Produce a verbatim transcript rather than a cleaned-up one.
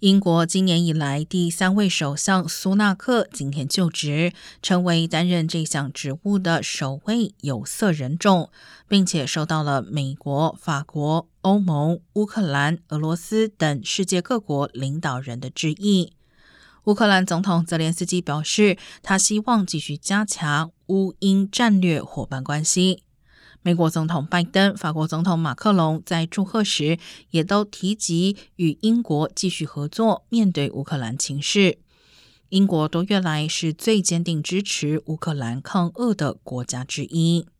英国今年以来第三位首相苏纳克今天就职，成为担任这项职务的首位有色人种，并且受到了美国、法国、欧盟、乌克兰、俄罗斯等世界各国领导人的致意。乌克兰总统泽连斯基表示，他希望继续加强乌英战略伙伴关系。美国总统拜登、法国总统马克龙在祝贺时也都提及与英国继续合作，面对乌克兰情势。英国多月来是最坚定支持乌克兰抗俄的国家之一。